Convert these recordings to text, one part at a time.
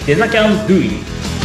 デザキャンドゥイ。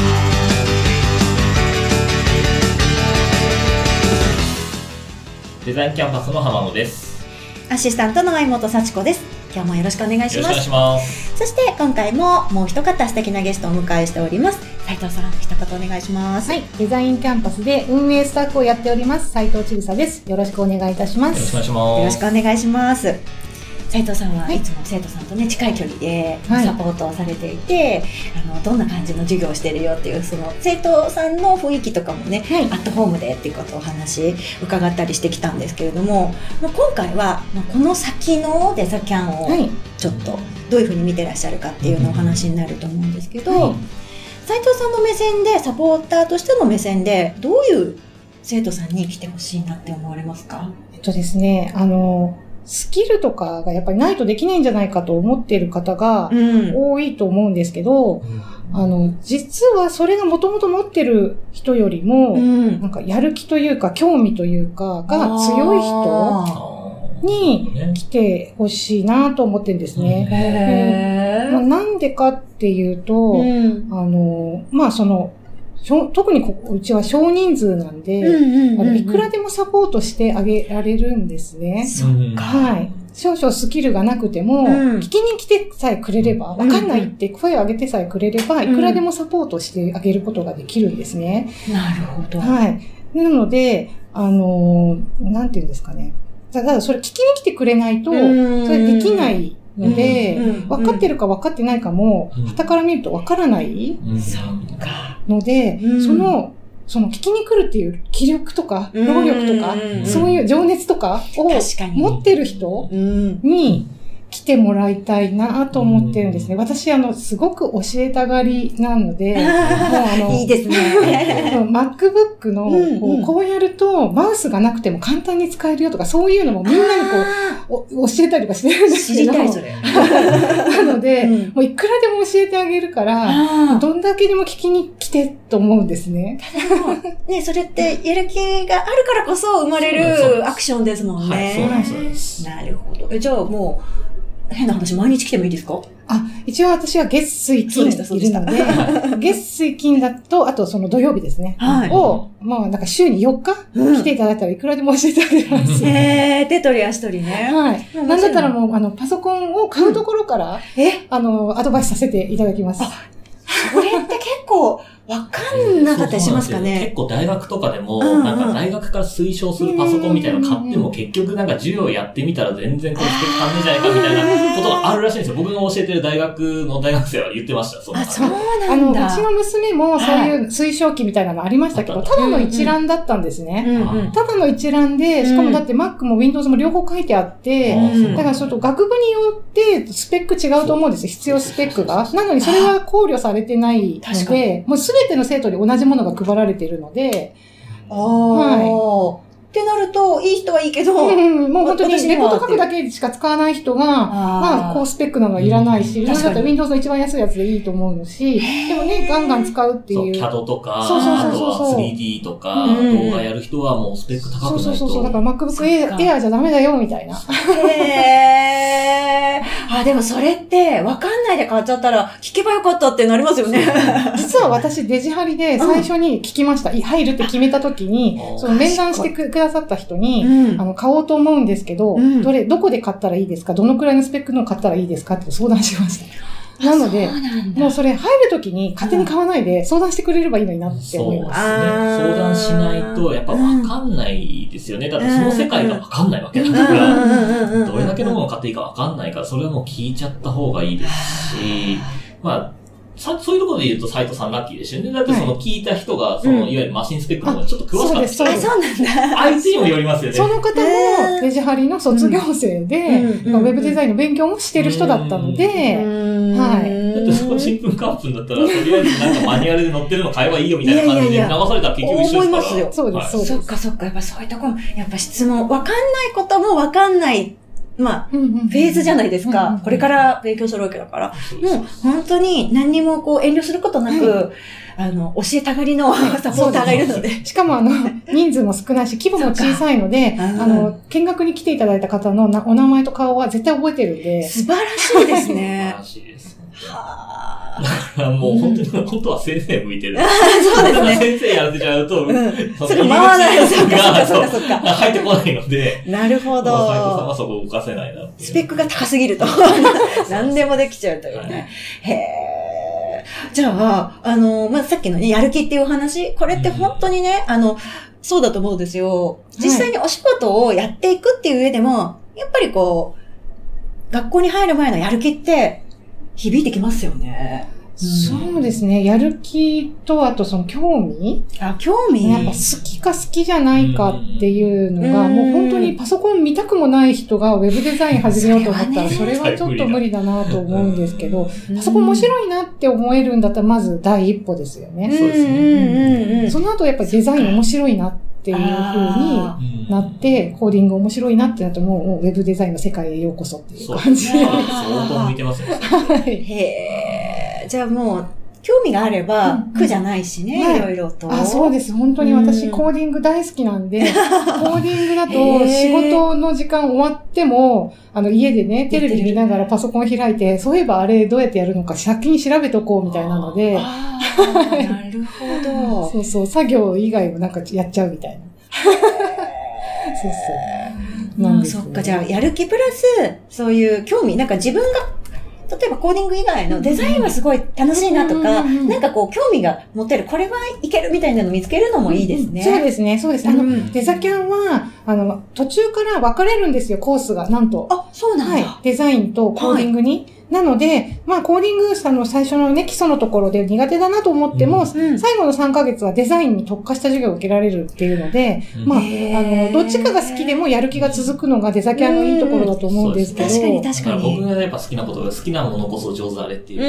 デザインキャンパスの浜野です。 アシスタントの相本幸子です。今日もよろしくお願いします。 よろしくお願いします。 そして今回ももう一方素敵なゲストをお迎えしております。斉藤さん、一言お願いします。 はい、デザインキャンパスで運営スタッフをやっております斉藤千草です。よろしくお願いいたします。 よろしくお願いします。 よろしくお願いします。斉藤さんはいつも生徒さんとね近い距離でサポートをされていて、どんな感じの授業をしてるよっていうその生徒さんの雰囲気とかもね、アットホームでっていうことをお話伺ったりしてきたんですけれども、今回はこの先のデザキャンをちょっとどういうふうに見てらっしゃるかっていうのお話になると思うんですけど、斉藤さんの目線でサポーターとしての目線でどういう生徒さんに来てほしいなって思われますか？ ですね、スキルとかがやっぱりないとできないんじゃないかと思っている方が多いと思うんですけど、実はそれがもともと持ってる人よりも、なんかやる気というか興味というかが強い人に来てほしいなと思ってるんですね。なんでかっていうと、特にうちは少人数なんで、いくらでもサポートしてあげられるんですね。はい。少々スキルがなくても、聞きに来てさえくれれば、わかんないって声を上げてさえくれれば、いくらでもサポートしてあげることができるんですね。 なるほど。 はい。なので、なんていうんですかね。ただ、それ聞きに来てくれないと、それできないので、分かってるか分かってないかも、傍から見ると分からないので、その聞きに来るっていう気力とか、能力とか、そういう情熱とかを持ってる人に来てもらいたいなと思ってるんですね。私、すごく教えたがりなので、 いいですね。 MacBook のこうやるとマウスがなくても簡単に使えるよとか、そういうのもみんなに教えたりとかしてるんですけど。 知りたい、それ。 なので、もういくらでも教えてあげるから、どんだけでも聞きに来てと思うんですね。 ね、それってやる気があるからこそ生まれるアクションですもんね。 はい、そうなんです。 なるほど。じゃあもう、変な話、毎日来てもいいですか？ 一応私は月水金いるので、月水金だと、あとその土曜日ですね。なんか週に4日来ていただいたらいくらでも教えてあげます。 手取り足取りね。 はい。なんだったらもう、パソコンを買うところから、アドバイスさせていただきます。 それって結構、わかんなかったりしますかね。 結構大学とかでも、なんか大学から推奨するパソコンみたいなの買っても結局なんか授業やってみたら全然これスペック足んねえじゃないかみたいなことがあるらしいんですよ。僕が教えてる大学の大学生は言ってました。 そうなんだ。 うちの娘もそういう推奨機みたいなのありましたけど、ただの一覧だったんですね。ただの一覧で、しかもだって Mac も Windows も両方書いてあって、だからちょっと学部によってスペック違うと思うんですよ。必要スペックが。なのにそれは考慮されてないので、もうすべての生徒に同じものが配られているので、 ってなると、いい人はいいけど、 もう本当にレポート書くだけしか使わない人が、高スペックなのはいらないし、だったら Windows の一番安いやつでいいと思うし、でもね、ガンガン使うっていう。 CAD とか、あとは 3D とか、動画やる人はもうスペック高くないと。 だから MacBook Air じゃダメだよ、みたいな。 でもそれって、わかんないで買っちゃったら、聞けばよかったってなりますよね。 実は私、デジハリで最初に聞きました。入るって決めた時に、その面談してくださった人に、買おうと思うんですけど、どこで買ったらいいですか？どのくらいのスペックの買ったらいいですかって相談しました。なので、もうそれ入るときに勝手に買わないで相談してくれればいいのになって思います。 そうですね。相談しないとやっぱ分かんないですよね。だってその世界が分かんないわけだから、どれだけのものを買っていいか分かんないから、それはもう聞いちゃった方がいいですし、そういうところで言うと斉藤さんラッキーですよね。だってその聞いた人が、いわゆるマシンスペックの方がちょっと詳しかった。 そうなんだ。 相手にもよりますよね。 その方もデジハリの卒業生で、ウェブデザインの勉強もしてる人だったので、 だってそこ新聞カンプンだったら、とりあえずなんかマニュアルで載ってるの買えばいいよみたいな感じで流されたら結局一緒ですから。 思いますよ。 そうです、そうです。 そっか。やっぱそういうとこも、やっぱ質問、わかんないこともわかんない。フェーズじゃないですか。これから勉強するわけだから。もう、本当に何にも遠慮することなく、教えたがりのサポーターがいるので。 しかも人数も少ないし、規模も小さいので、見学に来ていただいた方のお名前と顔は絶対覚えてるんで。 素晴らしいですね。 素晴らしいです。 もう本当は先生向いてる。 そうですね。 先生やってちゃうと、 それ回らない。そっか。 入ってこないので。 なるほど。 斉藤さんはそこを動かせないなっていう。 スペックが高すぎると。何でもできちゃうというね。へー。じゃあ、さっきのね、やる気っていうお話、これって本当にね、そうだと思うんですよ。実際にお仕事をやっていくっていう上でも、やっぱり学校に入る前のやる気って響いてきますよね。 そうですね。やる気と、あとその興味？ 興味？ やっぱ好きか好きじゃないかっていうのが、もう本当にパソコン見たくもない人がウェブデザイン始めようと思ったら、それはちょっと無理だなと思うんですけど、パソコン面白いなって思えるんだったら、まず第一歩ですよね。 そうですね。 その後やっぱりデザイン面白いなっていう風になって、コーディング面白いなってなってもうウェブデザインの世界へようこそっていう感じ。 相当向いてますね。 へー。じゃあもう、興味があれば苦じゃないしね、いろいろと。 そうです。本当に私コーディング大好きなんで、コーディングだと仕事の時間終わっても、家でね、テレビ見ながらパソコン開いて、そういえばあれどうやってやるのか先に調べとこうみたいなので。 なるほど。 そうそう、作業以外もなんかやっちゃうみたいな。そうそう。なんですよね。 そっか、じゃあやる気プラス、そういう興味、なんか自分が、例えばコーディング以外のデザインはすごい楽しいなとか、なんか興味が持てる、これはいけるみたいなのを見つけるのもいいですね。 そうですね、そうです。デザキャンは、途中から分かれるんですよ、コースが、なんと。 そうなんだ。 はい。デザインとコーディングに。なので、コーディング最初のね、基礎のところで苦手だなと思っても、最後の3ヶ月はデザインに特化した授業を受けられるっていうので、どっちかが好きでもやる気が続くのがデザキャンのいいところだと思うんですけど。 確かに。 僕がやっぱ好きなことが好きなものこそ上手あれっていう。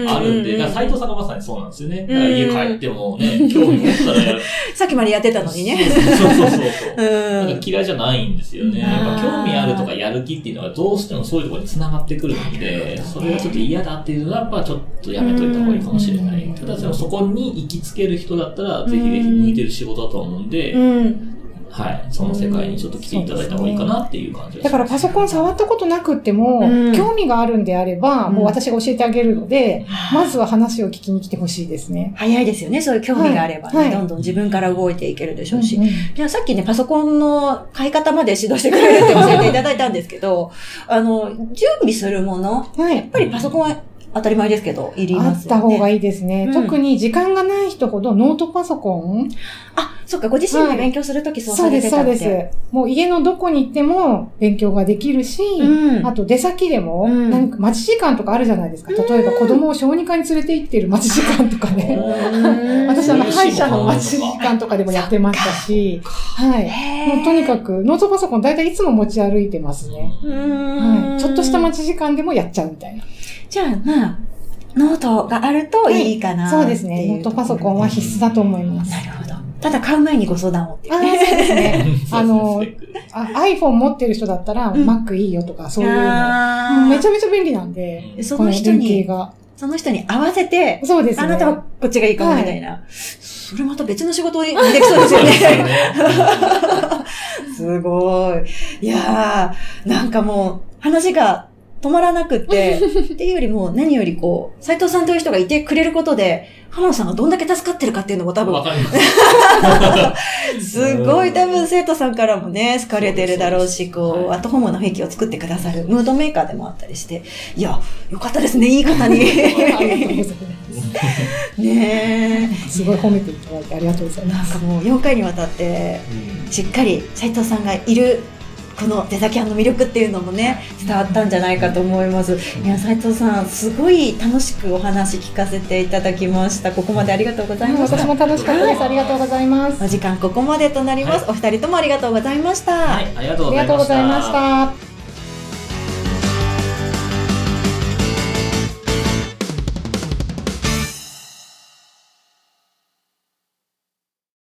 あるんで、斉藤さんがまさにそうなんですよね。家帰ってもね、興味持ったらやる。 さっきまでやってたのにね。 そう。嫌いじゃないんですよね。興味あるとかやる気っていうのはどうしてもそういうところに繋がってくるんで、それがちょっと嫌だっていうのはやっぱちょっとやめといた方がいいかもしれない。ただそこに行きつける人だったら、ぜひぜひ向いてる仕事だと思うんで、はい。その世界にちょっと来ていただいた方がいいかなっていう感じです。 だからパソコン触ったことなくっても、興味があるんであれば、もう私が教えてあげるので、まずは話を聞きに来てほしいですね。 早いですよね。そういう興味があればね、どんどん自分から動いていけるでしょうし。じゃあさっきね、パソコンの買い方まで指導してくれるって教えていただいたんですけど、準備するもの、やっぱりパソコンは当たり前ですけど、いりますよね。 あった方がいいですね。特に時間がない人ほどノートパソコン。 そっか、ご自身で勉強するときそうされてたって。 そうです。もう家のどこに行っても勉強ができるし、あと出先でも、なんか待ち時間とかあるじゃないですか。例えば子供を小児科に連れて行っている待ち時間とかね。私歯医者の待ち時間とかでもやってましたし、はい。もうとにかくノートパソコン大体いつも持ち歩いてますね。はい。ちょっとした待ち時間でもやっちゃうみたいな。 じゃあ、ノートがあるといいかな、 そうですね。ノートパソコンは必須だと思います。 なるほど。ただ買う前にご相談をっていう。 そうですね。iPhone 持ってる人だったら、Mac いいよとか、そういうの。めちゃめちゃ便利なんで、 その人に合わせて、 そうですね。 あなたはこっちがいいかもみたいな。それまた別の仕事できそうですよね。すごい。いやー、なんかもう、話が止まらなくって、っていうよりも何より斉藤さんという人がいてくれることで、浜野さんがどんだけ助かってるかっていうのも多分、 わかります。 すごい多分生徒さんからもね、好かれてるだろうし、アットホームの雰囲気を作ってくださるムードメーカーでもあったりして、いや、よかったですね、いい方に。 ありがとうございます。 ねすごい褒めていただいてありがとうございます。 なんかもう4回にわたって、しっかり斉藤さんがいる、このデザキャンの魅力っていうのもね、伝わったんじゃないかと思います。いや、斉藤さん、すごい楽しくお話聞かせていただきました。ここまでありがとうございました。 私も楽しかったです。ありがとうございます。 お時間ここまでとなります。お二人ともありがとうございました。 はい、ありがとうございました。 ありがとうございました。